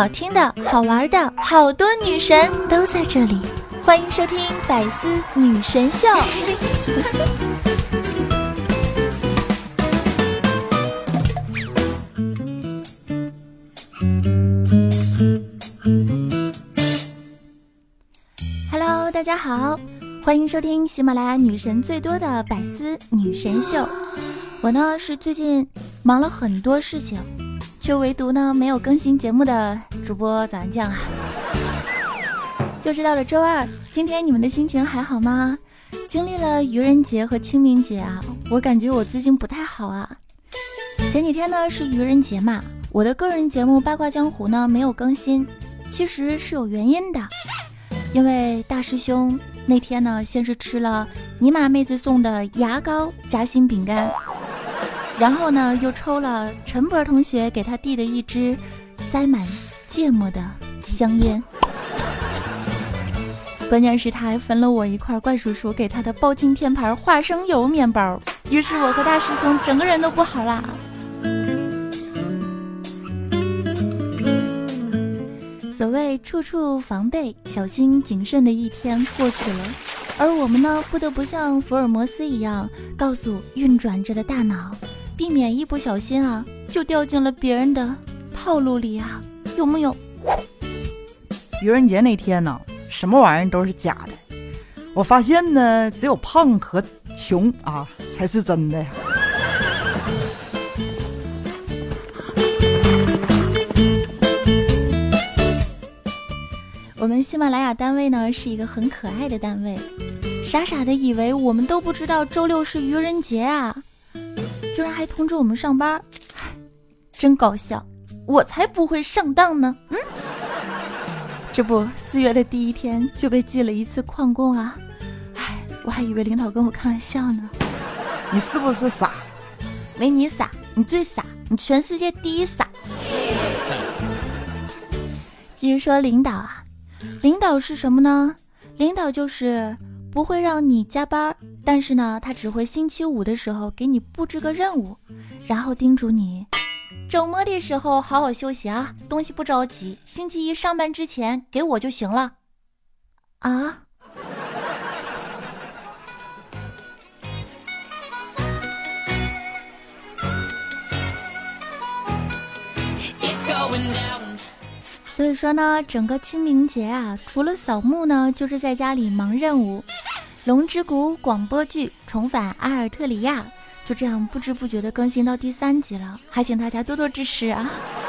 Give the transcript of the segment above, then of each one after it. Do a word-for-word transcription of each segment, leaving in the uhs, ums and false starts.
好听的、好玩的，好多女神都在这里，欢迎收听百思女神秀。Hello， 大家好，欢迎收听喜马拉雅女神最多的百思女神秀。我呢是最近忙了很多事情，却唯独呢没有更新节目的主播早安酱啊。又是到了周二，今天你们的心情还好吗？经历了愚人节和清明节啊，我感觉我最近不太好啊。前几天呢是愚人节嘛，我的个人节目八卦江湖呢没有更新，其实是有原因的。因为大师兄那天呢先是吃了尼玛妹子送的牙膏夹心饼干，然后呢又抽了陈博同学给他递的一支塞满芥末的香烟，关键是他还分了我一块怪叔叔给他的包青天牌花生油面包，于是我和大师兄整个人都不好啦。所谓处处防备，小心谨慎的一天过去了，而我们呢不得不像福尔摩斯一样告诉运转着的大脑，避免一不小心啊就掉进了别人的套路里啊，有没有？ 愚人节那天呢，什么玩意儿都是假的。我发现呢，只有胖和穷啊才是真的呀。 我们喜马拉雅单位呢是一个很可爱的单位，傻傻的以为我们都不知道周六是愚人节啊，居然还通知我们上班，真搞笑，我才不会上当呢。嗯，这不四月的第一天就被记了一次旷工啊，唉，我还以为领导跟我开玩笑呢。 你是不是傻？ 没你傻，你最傻，你全世界第一傻。继续说领导啊，领导是什么呢？领导就是不会让你加班，但是呢他只会星期五的时候给你布置个任务，然后叮嘱你周末的时候好好休息啊，东西不着急，星期一上班之前给我就行了啊。所以说呢，整个清明节啊，除了扫墓呢，就是在家里忙任务。龙之谷广播剧重返阿尔特里亚，就这样不知不觉的更新到第三集了，还请大家多多支持啊！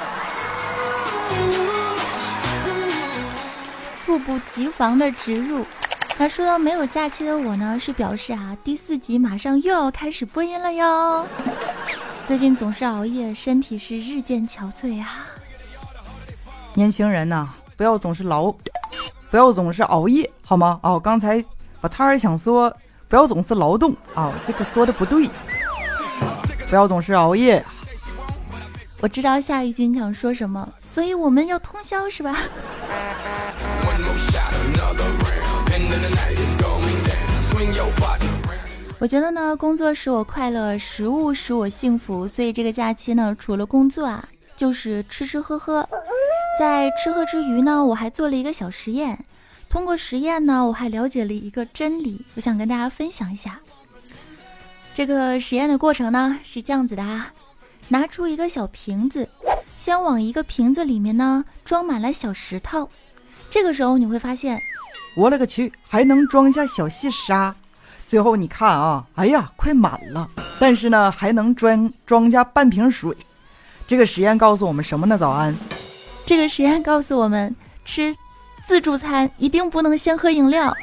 猝不及防的植入。那说到没有假期的我呢，是表示啊，第四集马上又要开始播音了哟。最近总是熬夜，身体是日渐憔悴啊。 年轻人呐、啊，不要总是劳，不要总是熬夜，好吗？哦，刚才我差点想说，不要总是劳动啊，这个说的不对，不要总是熬夜。 我知道下一句你想说什么，所以我们要通宵是吧？我觉得呢，工作使我快乐，食物使我幸福，所以这个假期呢，除了工作啊，就是吃吃喝喝。在吃喝之余呢，我还做了一个小实验，通过实验呢，我还了解了一个真理，我想跟大家分享一下。这个实验的过程呢是这样子的啊，拿出一个小瓶子，先往一个瓶子里面呢装满了小石头，这个时候你会发现， 我勒个去，还能装下小细沙。最后你看啊，哎呀，快满了，但是呢还能装装下半瓶水。这个实验告诉我们什么呢？早安。 这个实验告诉我们，吃自助餐一定不能先喝饮料。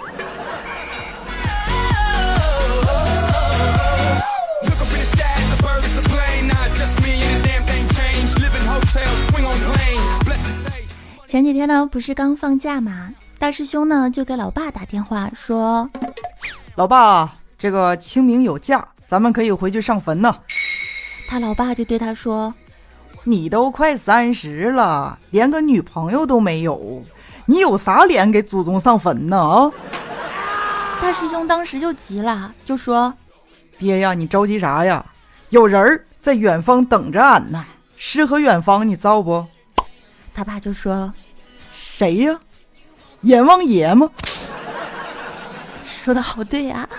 前几天呢，不是刚放假嘛，大师兄呢就给老爸打电话说， 老爸，这个清明有假，咱们可以回去上坟呢。 他老爸就对他说， 你都快三十了，连个女朋友都没有，你有啥脸给祖宗上坟呢？啊！ 大师兄当时就急了，就说：“ 爹呀，你着急啥呀？有人在远方等着俺呢，诗和远方你造不？” 他爸就说： 谁呀？阎王爷吗？ 说的好对啊。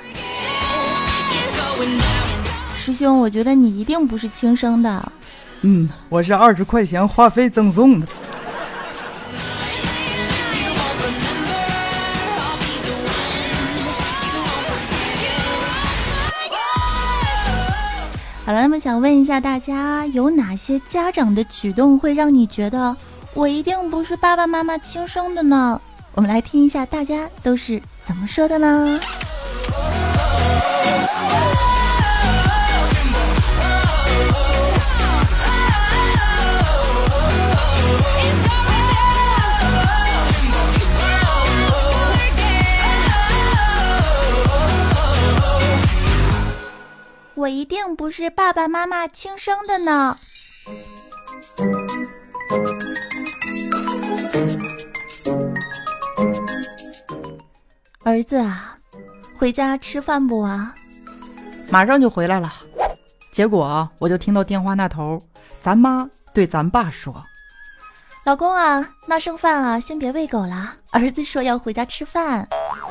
师兄，我觉得你一定不是亲生的。 嗯，我是二十块钱话费赠送的。 好了，那么想问一下大家，有哪些家长的举动会让你觉得我一定不是爸爸妈妈亲生的呢？我们来听一下大家都是怎么说的呢？我一定不是爸爸妈妈亲生的呢。儿子啊，回家吃饭不啊？ 马上就回来了。结果啊，我就听到电话那头，咱妈对咱爸说： 老公啊，那剩饭啊，先别喂狗了，儿子说要回家吃饭。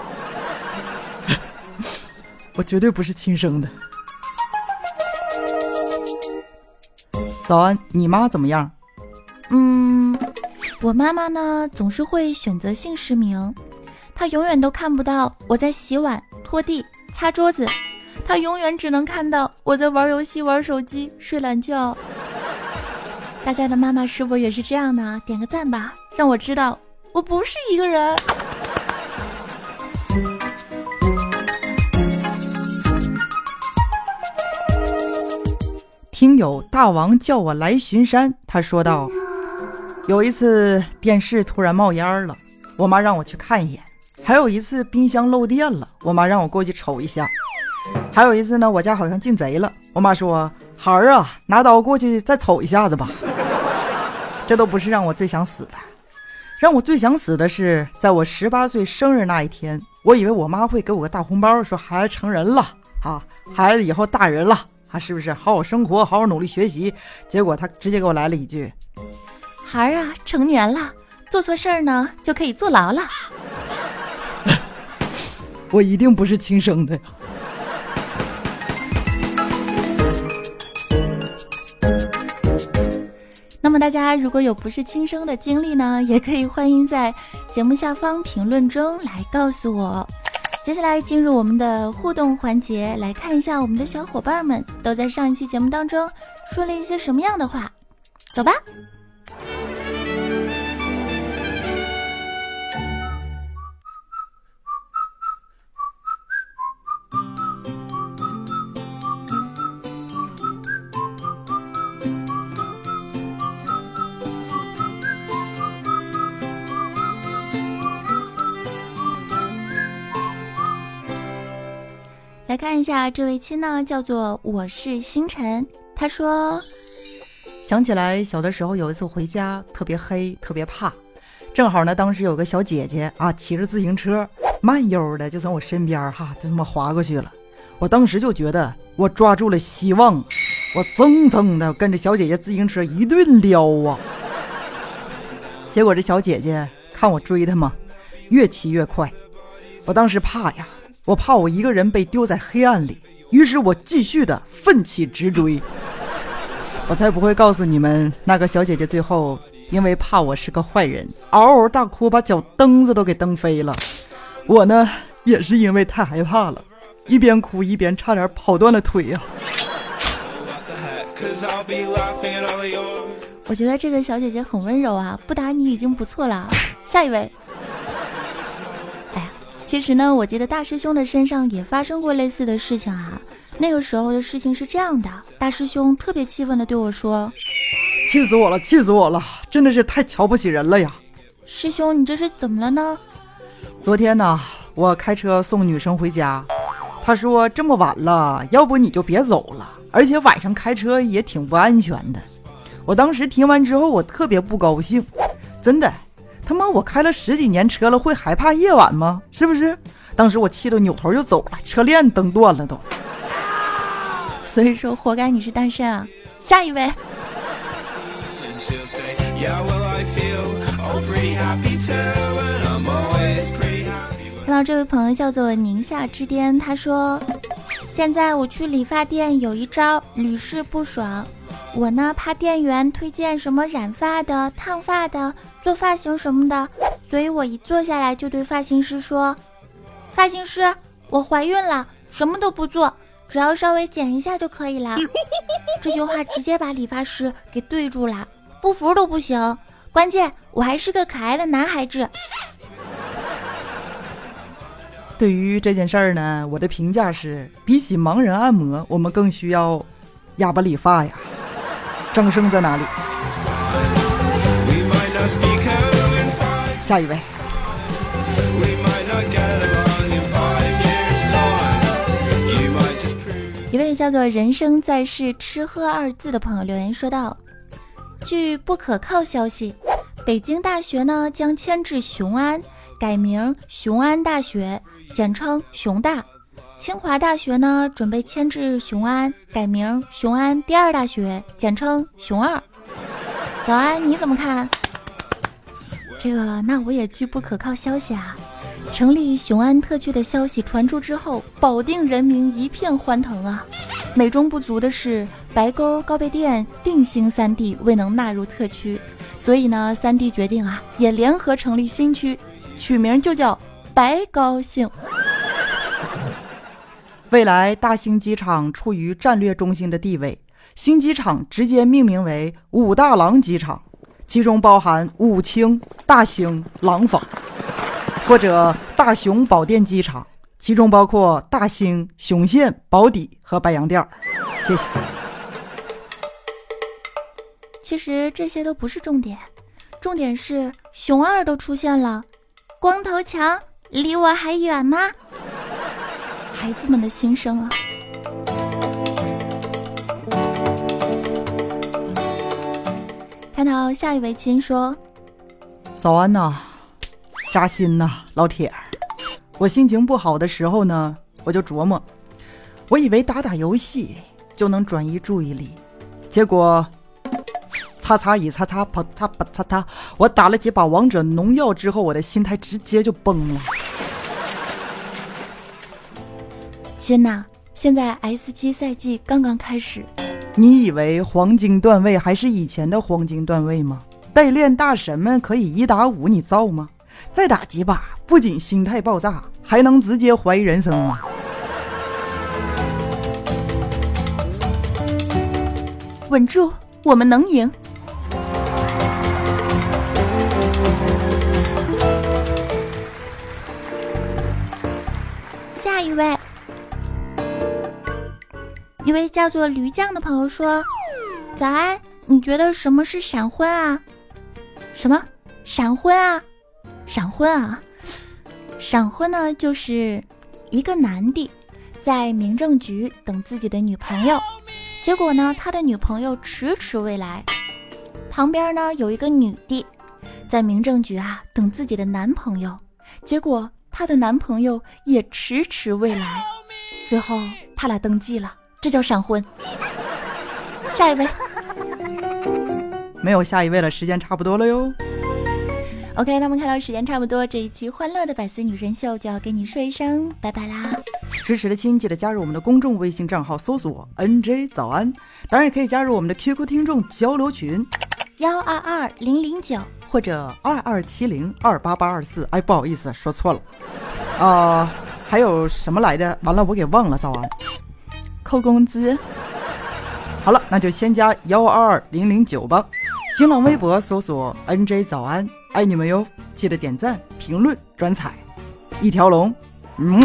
我绝对不是亲生的。早安，你妈怎么样？ 嗯，我妈妈呢，总是会选择性失明，她永远都看不到我在洗碗、拖地、擦桌子，她永远只能看到我在玩游戏、玩手机、睡懒觉。大家的妈妈是否也是这样呢？点个赞吧，让我知道我不是一个人。 听友大王叫我来巡山，他说道：有一次电视突然冒烟了，我妈让我去看一眼；还有一次冰箱漏电了，我妈让我过去瞅一下；还有一次呢，我家好像进贼了，我妈说：孩儿啊，拿刀过去再瞅一下子吧。这都不是让我最想死的，让我最想死的是在我十八岁生日那一天，我以为我妈会给我个大红包，说孩子成人了啊，孩子以后大人了啊，是不是好好生活，好好努力学习？结果他直接给我来了一句： 孩儿啊，成年了，做错事儿呢就可以坐牢了。 我一定不是亲生的。 那么大家如果有不是亲生的经历呢，也可以欢迎在节目下方评论中来告诉我。接下来进入我们的互动环节，来看一下我们的小伙伴们都在上一期节目当中说了一些什么样的话。走吧。来看一下这位亲呢，叫做我是星辰，他说想起来小的时候有一次回家特别黑特别怕，正好呢当时有个小姐姐啊骑着自行车慢悠的就从我身边哈就这么滑过去了，我当时就觉得我抓住了希望，我噌噌的跟着小姐姐自行车一顿撩啊，结果这小姐姐看我追她嘛，越骑越快，我当时怕呀，我怕我一个人被丢在黑暗里，于是我继续的奋起直追。我才不会告诉你们，那个小姐姐最后因为怕我是个坏人，嗷嗷大哭，把脚蹬子都给蹬飞了。我呢也是因为太害怕了，一边哭一边差点跑断了腿啊。 我觉得这个小姐姐很温柔啊，不打你已经不错了。下一位。哎呀，其实呢，我记得大师兄的身上也发生过类似的事情啊。那个时候的事情是这样的，大师兄特别气愤的对我说： 气死我了，气死我了，真的是太瞧不起人了呀。 师兄，你这是怎么了呢？ 昨天呢，我开车送女生回家，她说这么晚了，要不你就别走了，而且晚上开车也挺不安全的。我当时听完之后，我特别不高兴，真的，他妈我开了十几年车了，会害怕夜晚吗？是不是？当时我气得扭头就走了，车链蹬断了都。 所以说活该你是单身啊。下一位。 看到这位朋友叫做宁夏之巅，他说现在我去理发店有一招屡试不爽，我呢怕店员推荐什么染发的、烫发的、做发型什么的，所以我一坐下来就对发型师说，发型师，我怀孕了，什么都不做，只要稍微剪一下就可以了。这句话直接把理发师给对住了，不服都不行，关键我还是个可爱的男孩子。 对于这件事儿呢，我的评价是，比起盲人按摩，我们更需要哑巴理发呀。掌声在哪里？下一位。 一位叫做人生在世吃喝二字的朋友留言说道，据不可靠消息，北京大学呢将迁至雄安，改名雄安大学，简称雄大。清华大学呢准备迁至雄安，改名雄安第二大学，简称雄二。早安，你怎么看？这个那我也据不可靠消息啊，成立雄安特区的消息传出之后，保定人民一片欢腾啊。美中不足的是，白沟、高碑店、定兴三地未能纳入特区，所以呢，三地决定啊，也联合成立新区，取名就叫白高兴。 未来大兴机场处于战略中心的地位，新机场直接命名为武大郎机场，其中包含武清、大兴、廊坊，或者大雄宝殿机场，其中包括大兴、雄县、宝坻和白洋淀。谢谢。 其实这些都不是重点，重点是熊二都出现了，光头强离我还远吗？孩子们的心声啊。看到下一位亲说， 早安呐，扎心呐，老铁。我心情不好的时候呢，我就琢磨，我以为打打游戏就能转移注意力，结果擦擦一擦擦啪擦啪擦擦，我打了几把王者农药之后，我的心态直接就崩了。 亲呐，现在 S 七 赛季刚刚开始， 你以为黄金段位还是以前的黄金段位吗？代练大神们可以一打五，你造吗？再打几把，不仅心态爆炸，还能直接怀疑人生吗？ 稳住，我们能赢。下一位，一位叫做驴酱的朋友说，早安，你觉得什么是闪婚啊？什么闪婚啊？闪婚啊？闪婚呢，就是一个男的在民政局等自己的女朋友，结果呢，他的女朋友迟迟未来。旁边呢有一个女的在民政局啊等自己的男朋友，结果她的男朋友也迟迟未来，最后他俩登记了，这叫闪婚。下一位。 没有下一位了，时间差不多了哟。 OK， 那么看到时间差不多，这一期欢乐的百思女神秀就要跟你说一声拜拜啦。 支持的亲记得加入我们的公众微信账号，搜索 N J 早安，当然也可以加入我们的 Q Q 听众交流群幺二二零零九或者二二七零二八八二四。哎，不好意思，说错了啊、呃，还有什么来的？完了，我给忘了。早安， 扣工资。 好了，那就先加幺二二零零九吧。新浪微博搜索 N J 早安，爱你们哟！记得点赞、评论、转采，一条龙。嗯。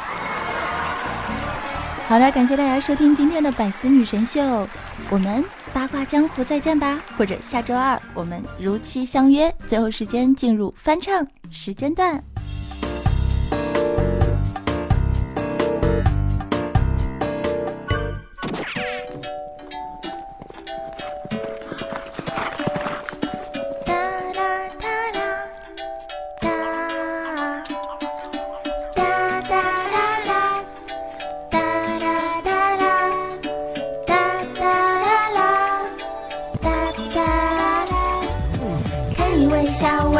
好了，感谢大家收听今天的百思女神秀，我们八卦江湖再见吧，或者下周二我们如期相约。最后时间进入翻唱时间段。哒哒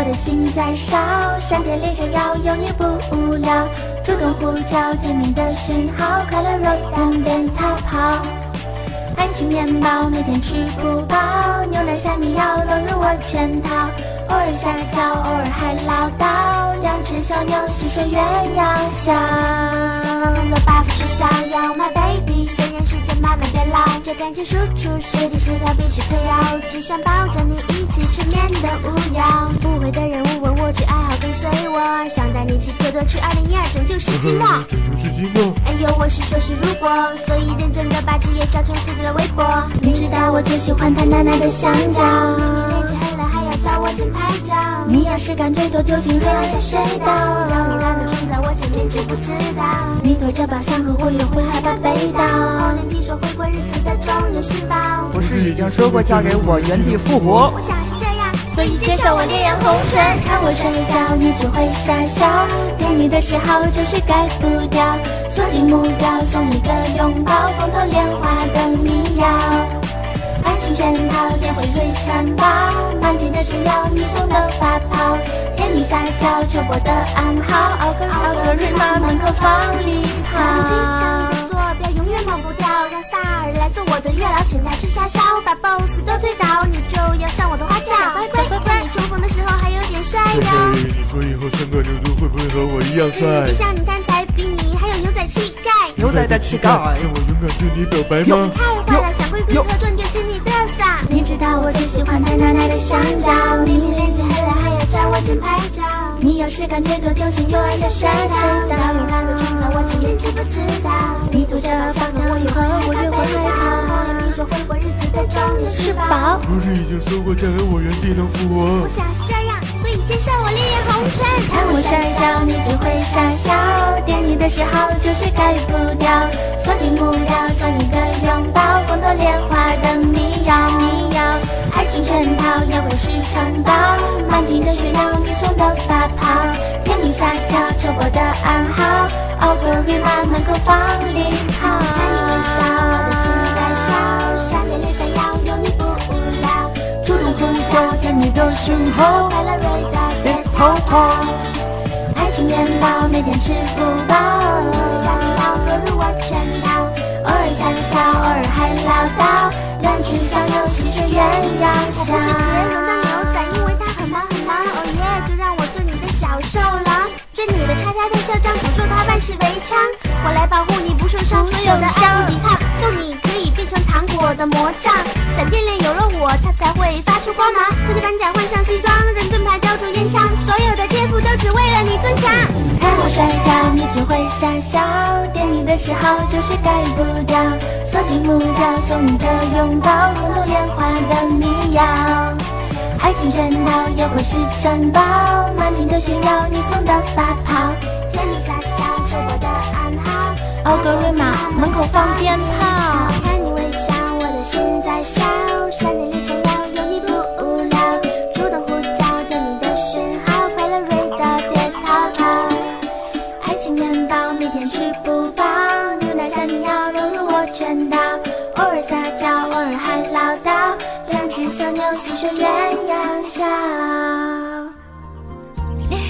的心在烧，闪电脸想要有你不无聊，主动呼叫甜蜜的讯号，快乐肉蛋边逃跑。爱情面包每天吃不饱，牛奶下面要融入我圈套，偶尔撒娇偶尔还唠叨，两只小牛戏水鸳鸯笑。能够把付出想要 my baby， 虽然时间慢慢变老，这感情输出是的是条必须嗑药，只想抱着你一起去面的无恙。不会的人物问我去爱好跟随我，想带你去可多去二零一二拯救世寂寞。 拯救世寂寞。 哎呦，我是说是如果，所以认真的把职业照成自己的微博。你知道我最喜欢他奶奶的香蕉，你脸黑了还要找我进拍照，你要是敢推脱丢进黑暗下水道，让你懒得冲在我前面知不知道？你拖着宝箱和我约会害怕被盗，连听说回国日子的中有细胞， 不是已经说过嫁给我原地复活？ 我想是这样，所以接受我烈焰红唇，看我睡觉你只会傻笑，骗你的时候就是改不掉，锁定目标送一个拥抱，风头莲花等你要，爱情圈套也会水城堡，满天的炫耀你送的发炮，甜蜜撒娇求博的暗号，奥格奥格瑞玛门口放礼炮，像你的坐标永远忘不掉，让萨尔来做我的月老，请他吃虾烧，把 boss 都推倒，你就要上我的花轿，小乖乖，你冲锋的时候还有点帅哟。 你说以后生个牛犊会不会和我一样帅？ 就像你贪财比你还有牛仔气概， 牛仔的气概。 让我勇敢对你表白吗？ 你太坏了，想规规和盾就请你嘚瑟。你知道我最喜欢他奶奶的香蕉，明明脸睛黑了还要找我进拍照，你要是敢推脱丢进就按下水道，让你懒得冲在我前面知不知道？你拖着宝箱我又和我约会害怕，你说回国日子的中有吃饱， 不是已经说过嫁给我原地能复活？ 我想是这样，所以接受我烈焰红唇，看我摔跤你只会傻笑，点你的时候就是改不掉，锁定目标送一个拥抱，风头莲花等你要你要，爱情圈套也会是城堡，满屏的炫耀你送的发炮，甜蜜撒娇戳破的暗号，奥格瑞玛门口放礼炮，看你微笑我的心在烧，闪电脸闪耀有你不无聊，主动呼叫甜蜜的讯号，快乐瑞的别逃跑，爱情面包每天吃不饱，想要落入我圈套，偶尔撒娇偶尔还唠叨，两只小牛戏水鸳鸯笑。我不是杰伦的牛仔，因为他很忙很忙，哦耶，就让我做你的小受狼，追你的叉叉太嚣张，诅咒他万事为娼，我来保护你不受伤，所有的爱不抵抗，送你可以变成糖果的魔杖，闪电链有了我，它才会发出光芒，脱掉板甲换上西装，人盾牌叼住烟枪，所有的颠覆都只为了你增强，看我摔跤你只会傻笑，点你的时候就是改不掉，锁定目标送你的拥抱，风头莲花等你要，爱情圈套也会是城堡，满屏的炫耀你送的发炮，甜蜜撒娇说我的暗号，奥格瑞玛门口放鞭炮，看你微笑我的心在烧，闪电里闪耀有你不无聊，主动呼叫甜蜜的讯号，快乐瑞的别逃跑，爱情面包每天吃不饱，牛奶下面要融入我圈套，偶尔撒娇偶尔还唠叨，两只小牛戏水鸳鸯笑。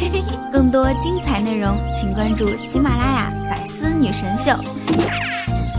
更多精彩内容请关注喜马拉雅百思女神秀。